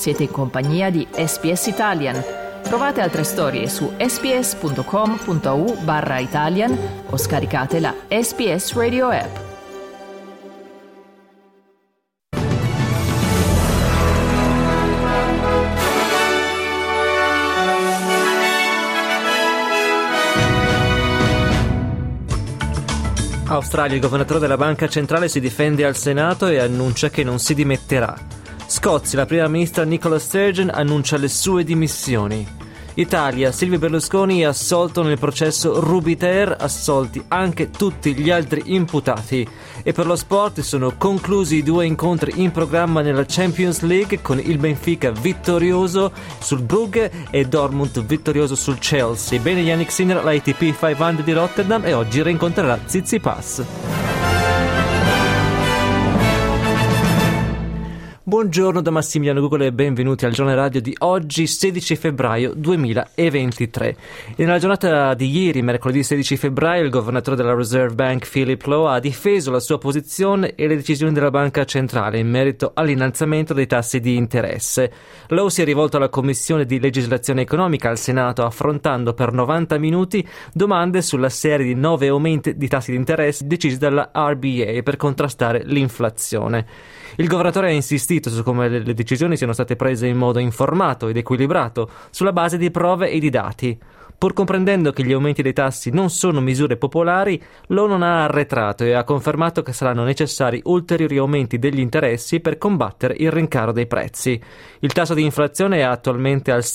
Siete in compagnia di SBS Italian. Trovate altre storie su sbs.com.au/Italian o scaricate la SBS Radio app. Australia, il governatore della Banca Centrale si difende al Senato e annuncia che non si dimetterà. Scozia, la prima ministra Nicola Sturgeon annuncia le sue dimissioni. Italia, Silvio Berlusconi è assolto nel processo Rubiter, assolti anche tutti gli altri imputati. E per lo sport sono conclusi i 2 incontri in programma nella Champions League, con il Benfica vittorioso sul Brugge e Dortmund vittorioso sul Chelsea. Bene Yannick Sinner all'ATP 500 di Rotterdam e oggi rincontrerà Tsitsipas. Buongiorno da Massimiliano Google e benvenuti al giornale radio di oggi, 16 febbraio 2023. Nella giornata di ieri, mercoledì 16 febbraio, il governatore della Reserve Bank, Philip Lowe, ha difeso la sua posizione e le decisioni della Banca Centrale in merito all'innalzamento dei tassi di interesse. Lowe si è rivolto alla Commissione di Legislazione Economica al Senato, affrontando per 90 minuti domande sulla serie di 9 aumenti di tassi di interesse decisi dalla RBA per contrastare l'inflazione. Il governatore ha insistito su come le decisioni siano state prese in modo informato ed equilibrato, sulla base di prove e di dati. Pur comprendendo che gli aumenti dei tassi non sono misure popolari, Lowe non ha arretrato e ha confermato che saranno necessari ulteriori aumenti degli interessi per combattere il rincaro dei prezzi. Il tasso di inflazione è attualmente al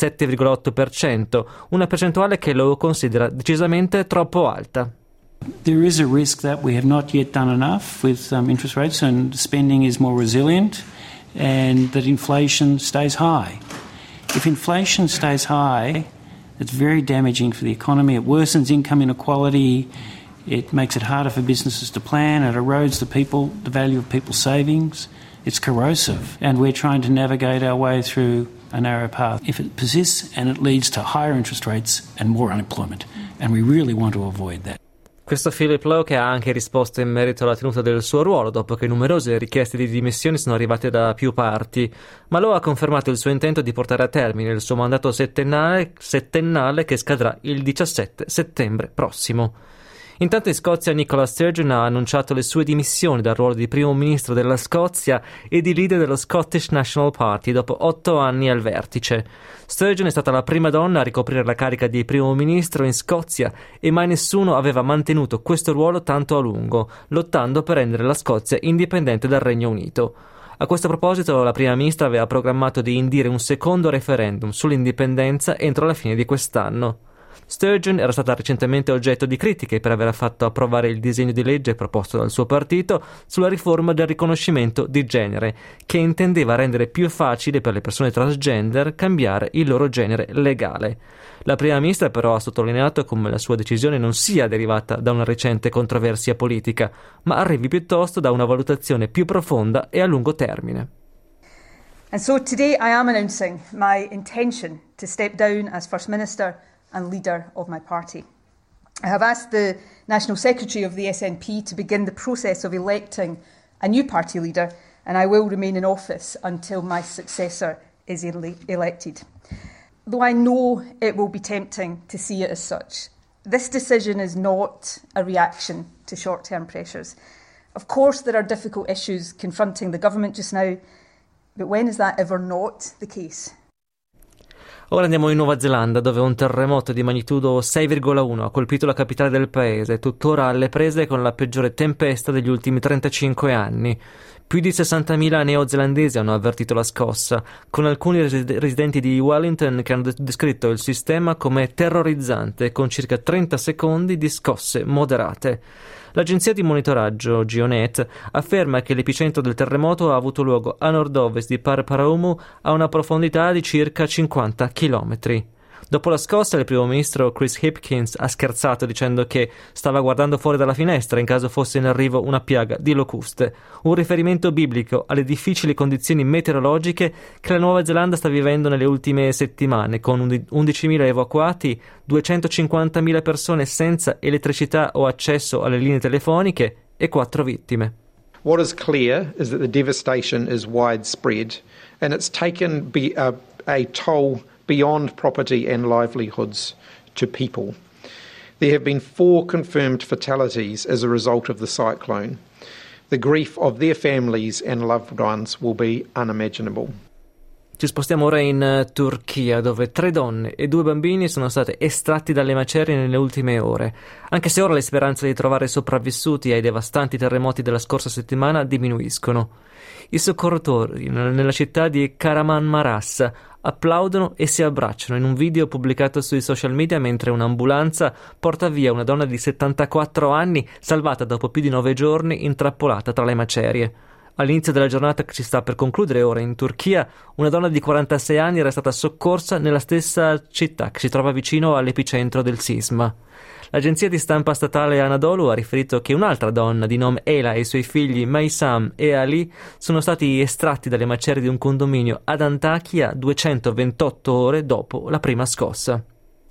7,8%, una percentuale che Lowe considera decisamente troppo alta. There is a risk that we have not yet done enough with interest rates and spending is more resilient and that inflation stays high. If inflation stays high, it's very damaging for the economy. It worsens income inequality. It makes it harder for businesses to plan. It erodes the value of people's savings. It's corrosive. And we're trying to navigate our way through a narrow path. If it persists and it leads to higher interest rates and more unemployment, and we really want to avoid that. Questo Philip Lowe, che ha anche risposto in merito alla tenuta del suo ruolo dopo che numerose richieste di dimissioni sono arrivate da più parti, ma Lowe ha confermato il suo intento di portare a termine il suo mandato settennale che scadrà il 17 settembre prossimo. Intanto in Scozia Nicola Sturgeon ha annunciato le sue dimissioni dal ruolo di primo ministro della Scozia e di leader dello Scottish National Party dopo 8 anni al vertice. Sturgeon è stata la prima donna a ricoprire la carica di primo ministro in Scozia e mai nessuno aveva mantenuto questo ruolo tanto a lungo, lottando per rendere la Scozia indipendente dal Regno Unito. A questo proposito la prima ministra aveva programmato di indire un secondo referendum sull'indipendenza entro la fine di quest'anno. Sturgeon era stata recentemente oggetto di critiche per aver fatto approvare il disegno di legge proposto dal suo partito sulla riforma del riconoscimento di genere, che intendeva rendere più facile per le persone transgender cambiare il loro genere legale. La prima ministra però ha sottolineato come la sua decisione non sia derivata da una recente controversia politica, ma arrivi piuttosto da una valutazione più profonda e a lungo termine. And so today I am announcing my intention to step down as First Minister and leader of my party. I have asked the National Secretary of the SNP to begin the process of electing a new party leader, and I will remain in office until my successor is elected. Though I know it will be tempting to see it as such, this decision is not a reaction to short-term pressures. Of course, there are difficult issues confronting the government just now, but when is that ever not the case? Ora andiamo in Nuova Zelanda, dove un terremoto di magnitudo 6,1 ha colpito la capitale del paese, tuttora alle prese con la peggiore tempesta degli ultimi 35 anni. Più di 60.000 neozelandesi hanno avvertito la scossa, con alcuni residenti di Wellington che hanno descritto il sistema come terrorizzante, con circa 30 secondi di scosse moderate. L'agenzia di monitoraggio Geonet afferma che l'epicentro del terremoto ha avuto luogo a nord-ovest di Paraparaumu, a una profondità di circa 50 chilometri. Dopo la scossa, il primo ministro Chris Hipkins ha scherzato dicendo che stava guardando fuori dalla finestra in caso fosse in arrivo una piaga di locuste, un riferimento biblico alle difficili condizioni meteorologiche che la Nuova Zelanda sta vivendo nelle ultime settimane, con 11.000 evacuati, 250.000 persone senza elettricità o accesso alle linee telefoniche e 4 vittime. What is clear is that the devastation is widespread and it's taken a toll beyond property and livelihoods to people. There have been 4 confirmed fatalities as a result of the cyclone. The grief of their families and loved ones will be unimaginable. Ci spostiamo ora in Turchia, dove 3 donne e 2 bambini sono stati estratti dalle macerie nelle ultime ore, anche se ora le speranze di trovare sopravvissuti ai devastanti terremoti della scorsa settimana diminuiscono. I soccorritori nella città di Kahramanmaraş applaudono e si abbracciano in un video pubblicato sui social media mentre un'ambulanza porta via una donna di 74 anni salvata dopo più di 9 giorni intrappolata tra le macerie. All'inizio della giornata che ci sta per concludere ora in Turchia, una donna di 46 anni era stata soccorsa nella stessa città che si trova vicino all'epicentro del sisma. L'agenzia di stampa statale Anadolu ha riferito che un'altra donna di nome Ela e i suoi figli Maysam e Ali sono stati estratti dalle macerie di un condominio ad Antakya 228 ore dopo la prima scossa.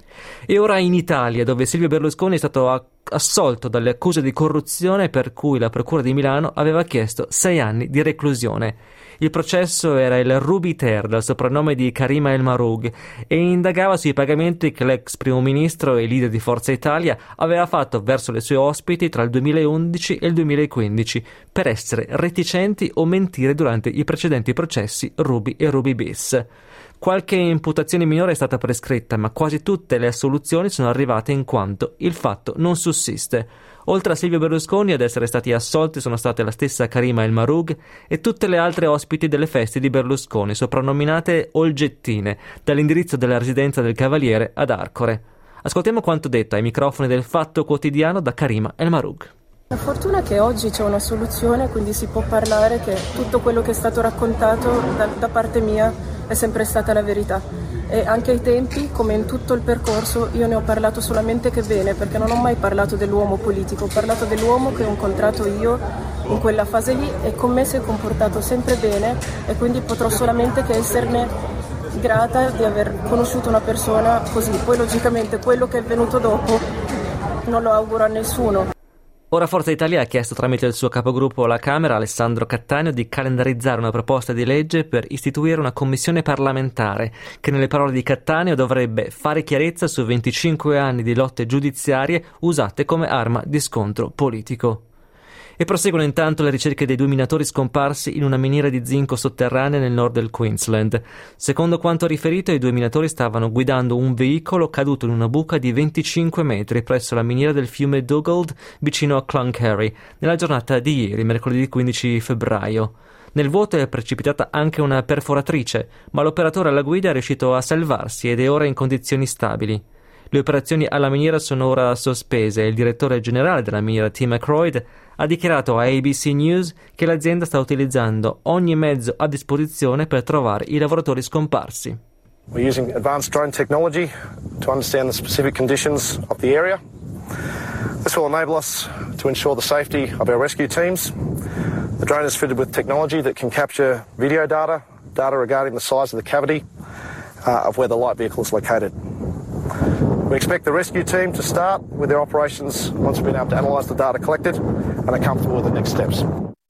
E ora in Italia, dove Silvio Berlusconi è stato assolto dalle accuse di corruzione per cui la Procura di Milano aveva chiesto 6 anni di reclusione. Il processo era il Ruby-Ter, dal soprannome di Karima El Mahroug, e indagava sui pagamenti che l'ex primo ministro e leader di Forza Italia aveva fatto verso le sue ospiti tra il 2011 e il 2015 per essere reticenti o mentire durante i precedenti processi Ruby e Ruby bis. Qualche imputazione minore è stata prescritta, ma quasi tutte le assoluzioni sono arrivate in quanto il fatto non sussiste. Oltre a Silvio Berlusconi, ad essere stati assolti sono state la stessa Karima El Mahroug e tutte le altre ospiti delle feste di Berlusconi, soprannominate Olgettine, dall'indirizzo della residenza del Cavaliere ad Arcore. Ascoltiamo quanto detto ai microfoni del Fatto Quotidiano da Karima El Mahroug. La fortuna è che oggi c'è una soluzione, quindi si può parlare che tutto quello che è stato raccontato da parte mia è sempre stata la verità. E anche ai tempi, come in tutto il percorso, io ne ho parlato solamente che bene, perché non ho mai parlato dell'uomo politico, ho parlato dell'uomo che ho incontrato io in quella fase lì e con me si è comportato sempre bene e quindi potrò solamente che esserne grata di aver conosciuto una persona così. Poi logicamente quello che è venuto dopo non lo auguro a nessuno. Ora Forza Italia ha chiesto tramite il suo capogruppo alla Camera, Alessandro Cattaneo, di calendarizzare una proposta di legge per istituire una commissione parlamentare che, nelle parole di Cattaneo, dovrebbe fare chiarezza su 25 anni di lotte giudiziarie usate come arma di scontro politico. E proseguono intanto le ricerche dei 2 minatori scomparsi in una miniera di zinco sotterranea nel nord del Queensland. Secondo quanto riferito, i 2 minatori stavano guidando un veicolo caduto in una buca di 25 metri presso la miniera del fiume Dugald vicino a Cloncurry nella giornata di ieri, mercoledì 15 febbraio. Nel vuoto è precipitata anche una perforatrice, ma l'operatore alla guida è riuscito a salvarsi ed è ora in condizioni stabili. Le operazioni alla miniera sono ora sospese e il direttore generale della miniera, Tim Aykroyd, ha dichiarato a ABC News che l'azienda sta utilizzando ogni mezzo a disposizione per trovare i lavoratori scomparsi. We're using advanced drone technology to understand the specific conditions of the area. This will enable us to ensure the safety of our rescue teams. The drone is fitted with technology that can capture video data regarding the size of the cavity of where the light vehicle is located. We expect the rescue team to start with their operations once we've been able to analyse the data collected and are comfortable with the next steps.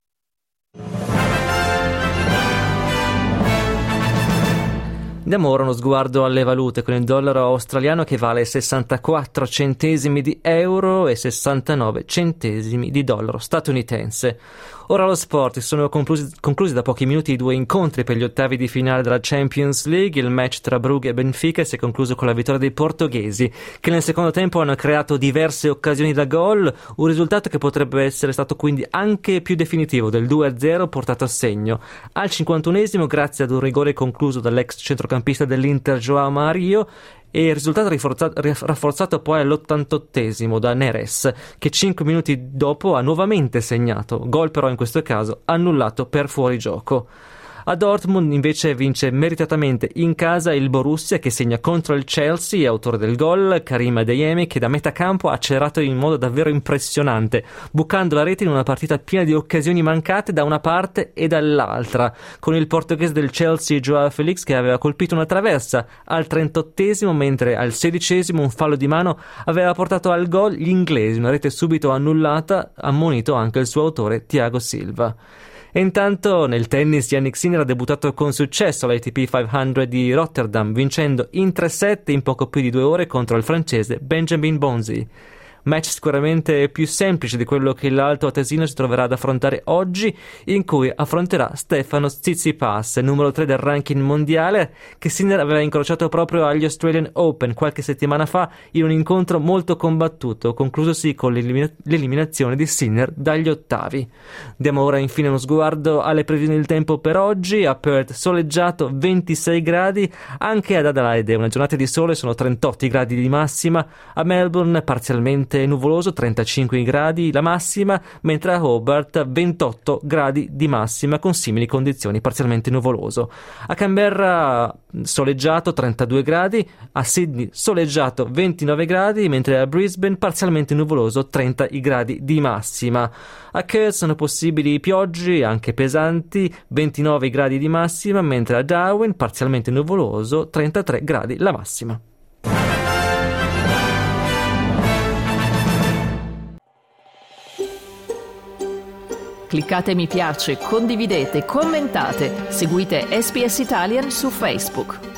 Diamo ora uno sguardo alle valute, con il dollaro australiano che vale 64 centesimi di euro e 69 centesimi di dollaro statunitense. Ora allo sport, sono conclusi da pochi minuti i 2 incontri per gli ottavi di finale della Champions League. Il match tra Brugge e Benfica si è concluso con la vittoria dei portoghesi, che nel secondo tempo hanno creato diverse occasioni da gol, un risultato che potrebbe essere stato quindi anche più definitivo del 2-0 portato a segno. Al 51esimo, grazie ad un rigore concluso dall'ex centrocampista dell'Inter João Mario, e il risultato rafforzato poi all'88esimo da Neres, che 5 minuti dopo ha nuovamente segnato, gol però in questo caso annullato per fuorigioco. A Dortmund invece vince meritatamente in casa il Borussia, che segna contro il Chelsea, autore del gol Karim Adeyemi, che da metà campo ha accelerato in modo davvero impressionante, bucando la rete in una partita piena di occasioni mancate da una parte e dall'altra, con il portoghese del Chelsea Joao Felix che aveva colpito una traversa al 38esimo, mentre al 16esimo un fallo di mano aveva portato al gol gli inglesi, una rete subito annullata, ammonito anche il suo autore Thiago Silva. E intanto nel tennis Jannik Sinner ha debuttato con successo all'ATP 500 di Rotterdam, vincendo in 3-7 in poco più di 2 ore contro il francese Benjamin Bonzi. Match sicuramente più semplice di quello che l'alto atesino si troverà ad affrontare oggi, in cui affronterà Stefanos Tsitsipas, numero 3 del ranking mondiale, che Sinner aveva incrociato proprio agli Australian Open qualche settimana fa in un incontro molto combattuto, conclusosi con l'eliminazione di Sinner dagli ottavi. Diamo ora infine uno sguardo alle previsioni del tempo per oggi. A Perth soleggiato, 26 gradi, anche ad Adelaide una giornata di sole, sono 38 gradi di massima, a Melbourne parzialmente nuvoloso, 35 gradi la massima, mentre a Hobart 28 gradi di massima con simili condizioni, parzialmente nuvoloso. A Canberra soleggiato, 32 gradi, a Sydney soleggiato, 29 gradi, mentre a Brisbane parzialmente nuvoloso, 30 gradi di massima. A Cairns sono possibili piogge anche pesanti, 29 gradi di massima, mentre a Darwin parzialmente nuvoloso, 33 gradi la massima. Cliccate mi piace, condividete, commentate, seguite SBS Italian su Facebook.